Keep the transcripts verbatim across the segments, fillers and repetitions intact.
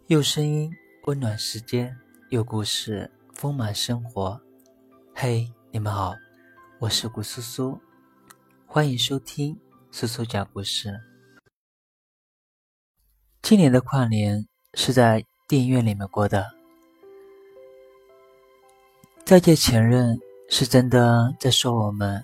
用声音温暖时间，用故事丰满生活。嘿，你们好，我是古苏苏，欢迎收听苏苏讲故事。今年的跨年是在电影院里面过的。再见前任是真的在说我们。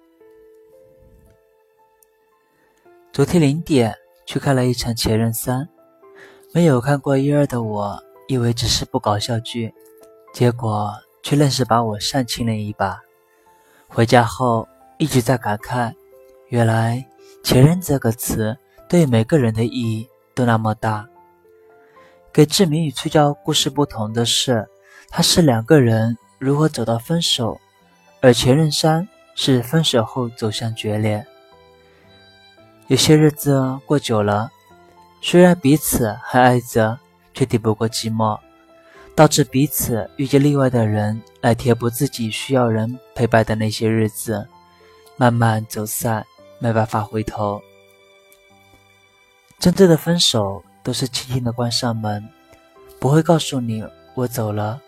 昨天零点去看了一场前任三，没有看过一二的我以为只是部搞笑剧，结果却愣是把我煽情了一把。回家后一直在感慨，原来前任这个词对每个人的意义都那么大。给志明与崔教故事不同的是，他是两个人如何走到分手，而前任三是分手后走向决裂。有些日子过久了，虽然彼此还爱着，却抵不过寂寞，导致彼此遇见另外的人来填补自己需要人陪伴的那些日子，慢慢走散，没办法回头。真正的分手都是轻轻地关上门，不会告诉你我走了。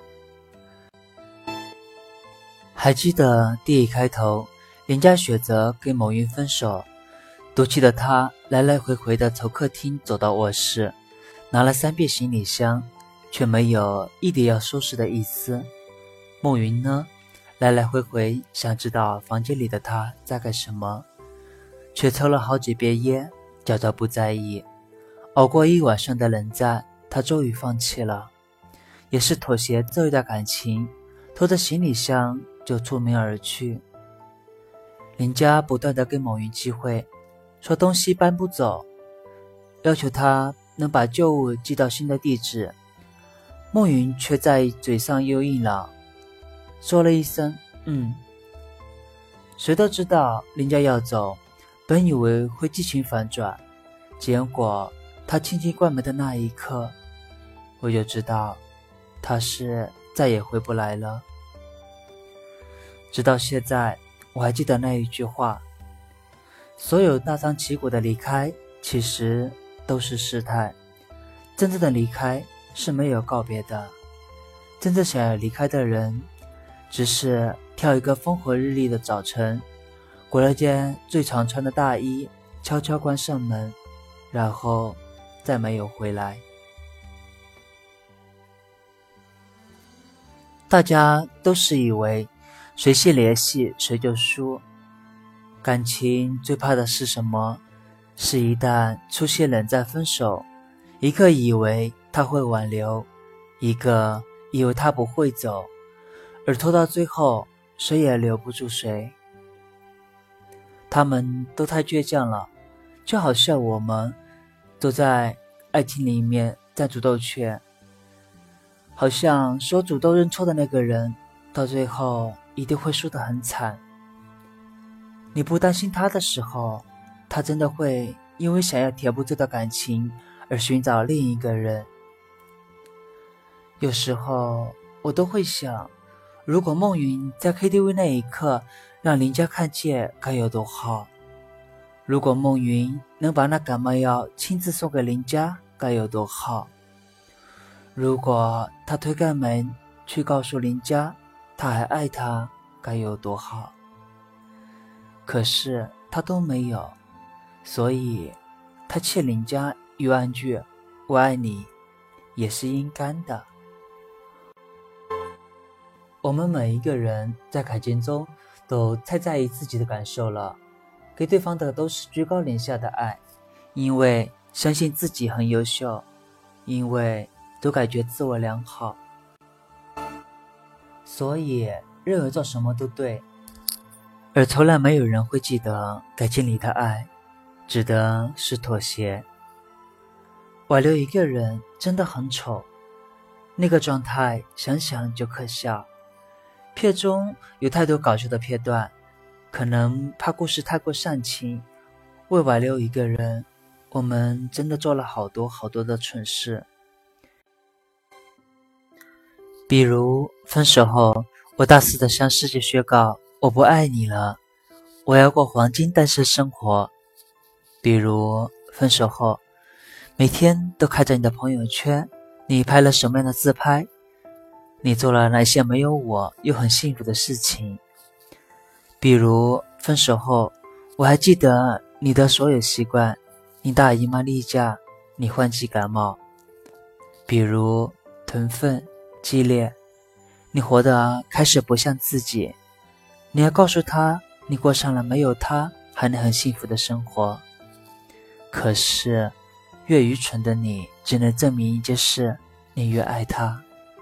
还记得电影开头，林佳选择跟某云分手，赌气的他来来回回的从客厅走到卧室，拿了三遍行李箱，却没有一点要收拾的意思。梦云呢，来来回回想知道房间里的他在干什么，却抽了好几遍烟，假装不在意。熬过一晚上的冷战，他终于放弃了，也是妥协这一段感情，拖着行李箱就出门而去。林佳不断地跟某云机会，说东西搬不走，要求他能把旧物寄到新的地址。梦云却在嘴上又硬了，说了一声嗯。谁都知道林佳要走，本以为会剧情反转，结果他轻轻关门的那一刻，我就知道他是再也回不来了。直到现在我还记得那一句话，所有大张旗鼓的离开其实都是试探，真正的离开是没有告别的。真正想要离开的人，只是挑一个风和日丽的早晨，裹了件最常穿的大衣，悄悄关上门，然后再没有回来。大家都是以为谁先联系谁就输，感情最怕的是什么？是一旦出现冷战分手，一个以为他会挽留，一个以为他不会走，而拖到最后谁也留不住谁。他们都太倔强了，就好像我们都在爱情里面占主动权，好像说主动认错的那个人到最后一定会输得很惨。你不担心他的时候，他真的会因为想要填补这段感情而寻找另一个人。有时候我都会想，如果梦云在 K T V 那一刻让林佳看见该有多好，如果梦云能把那感冒药亲自送给林佳该有多好，如果他推开门去告诉林佳他还爱他该有多好。可是他都没有，所以他欠林佳一万句我爱你也是应该的。我们每一个人在感情中都太在意自己的感受了，给对方的都是居高临下的爱，因为相信自己很优秀，因为都感觉自我良好，所以认为做什么都对，而从来没有人会记得感情里的爱指的是妥协。挽留一个人真的很丑，那个状态想想就可笑。片中有太多搞笑的片段，可能怕故事太过煽情，为挽留一个人，我们真的做了好多好多的蠢事。比如分手后，我大肆的向世界宣告我不爱你了，我要过黄金单身生活。比如分手后，每天都看着你的朋友圈， 你拍了什么样的自拍？你做了哪些没有我又很幸福的事情？比如分手后，我还记得你的所有习惯，你大姨妈例假，你换季感冒。比如囤粪、激烈，你活得开始不像自己。你要告诉他，你过上了没有他还能很幸福的生活。可是越愚蠢的你，只能证明一件事，你越爱他。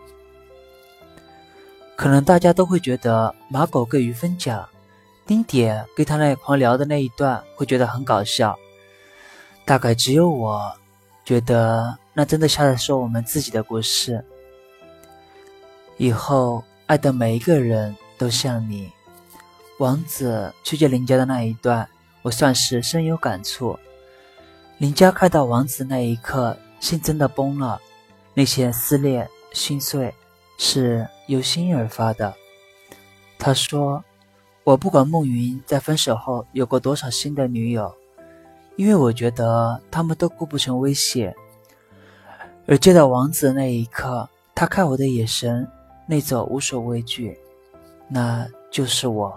可能大家都会觉得马狗跟于芬讲，丁点跟他那狂聊的那一段会觉得很搞笑，大概只有我觉得那真的像在说我们自己的故事。以后爱的每一个人都像你。王子去见林家的那一段，我算是深有感触。林家看到王子那一刻，心真的崩了，那些撕裂、心碎是由心而发的。他说，我不管孟云在分手后有过多少新的女友，因为我觉得他们都构不成威胁。而见到王子那一刻，他看我的眼神，那种无所畏惧，那就是我。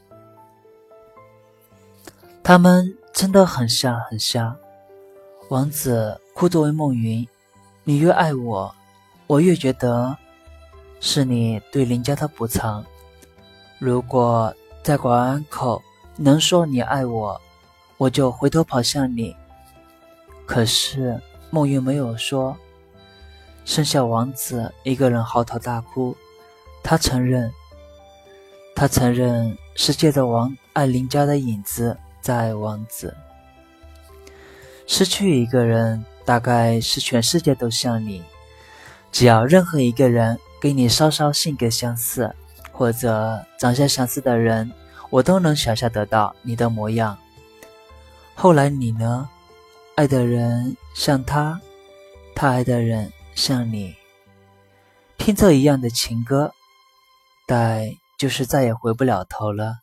他们真的很像很像。王子哭着问孟云，你越爱我，我越觉得是你对林家的补偿。如果在广安口能说你爱我，我就回头跑向你。可是孟云没有说，剩下王子一个人嚎啕大哭。他承认，他承认是借着王爱林家的影子在爱王子。失去一个人，大概是全世界都像你。只要任何一个人跟你稍稍性格相似，或者长相相似的人，我都能想象得到你的模样。后来你呢？爱的人像他，他爱的人像你，拼凑一样的情歌，但就是再也回不了头了。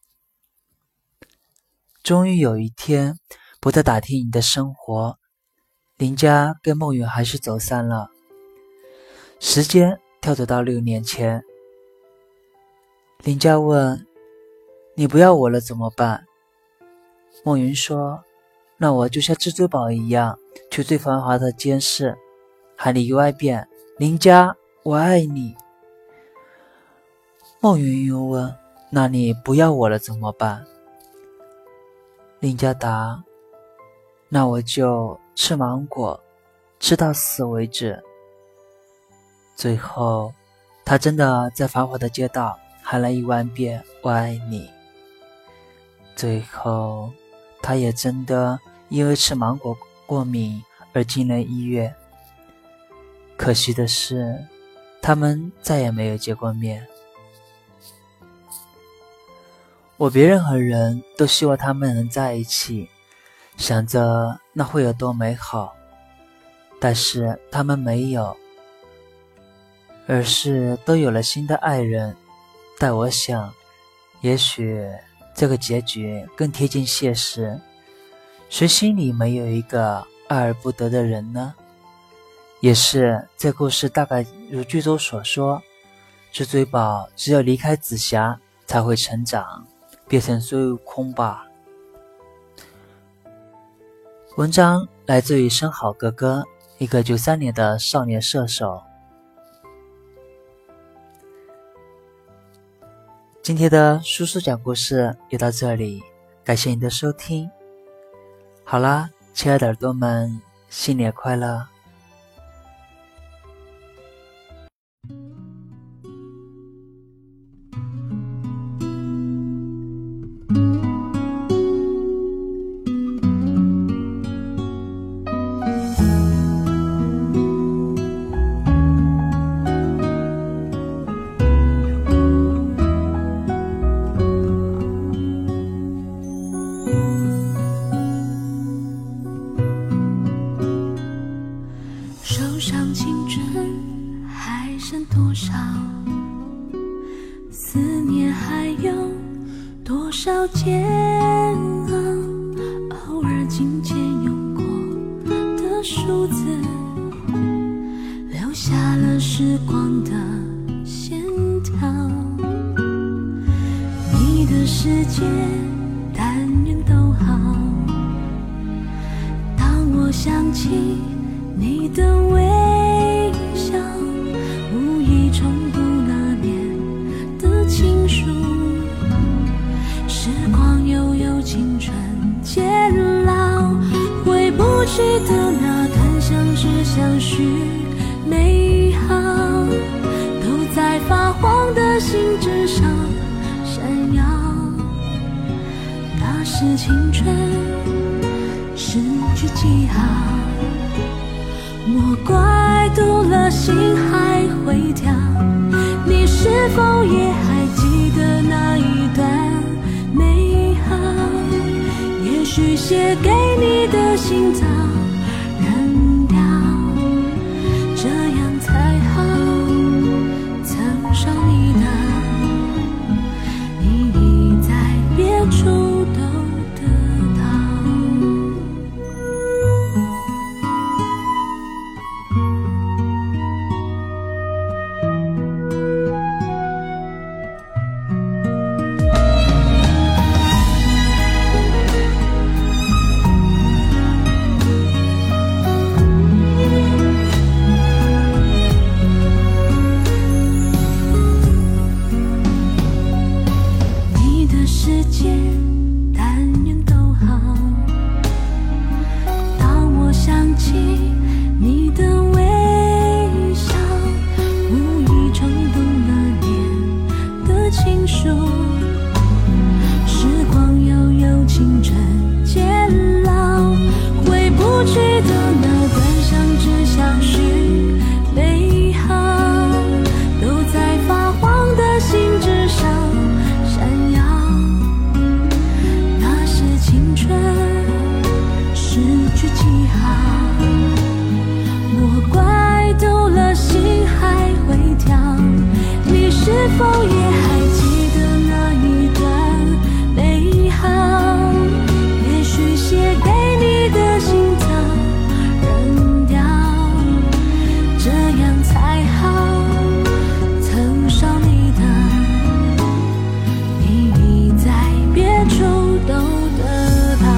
终于有一天，不再打听你的生活，林家跟孟云还是走散了。时间跳走到六年前，林家问，你不要我了怎么办？孟云说，那我就像至尊宝一样，去最繁华的监视，喊你一万遍，林家，我爱你。孟云又问，那你不要我了怎么办？林家答，那我就吃芒果，吃到死为止。最后，他真的在繁华的街道喊了一万遍我爱你。最后，他也真的因为吃芒果过敏而进了医院。可惜的是，他们再也没有见过面。我比任何人都希望他们能在一起，想着那会有多美好，但是他们没有，而是都有了新的爱人。但我想，也许这个结局更贴近现实。谁心里没有一个爱而不得的人呢？也是这故事大概如剧中所说，至尊宝只有离开紫霞才会成长，变成孙悟空吧。文章来自于生好哥哥，一个九三年的少年射手。今天的叔叔讲故事就到这里，感谢你的收听。好啦，亲爱的耳朵们，新年快乐！ 少煎熬，偶尔紧接涌过的数字，寥时光的线条。你的世界但愿都好，当我想起你的微笑，无意重读那年的情书。时光悠悠，青春渐老，回不去的那段相知相许美好，都在发黄的信纸上闪耀。那是青春失去记号，莫怪读了心还会跳。你是否也还记得那一段美好？也许写给你的信早扔掉，这样才好。曾伤你的，你已在别处都得到。是否也还记得那一段美好？也许写给你的信早扔掉，这样才好。曾伤你的，你已在别处都得到。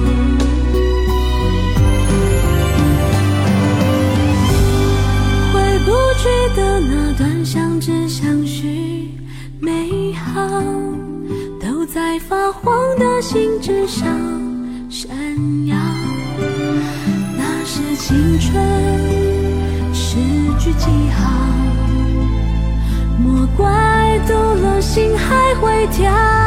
回不去的那段相知相许美好，都在发黄的信纸上闪耀。那是青春失去记号，莫怪读了心还会跳。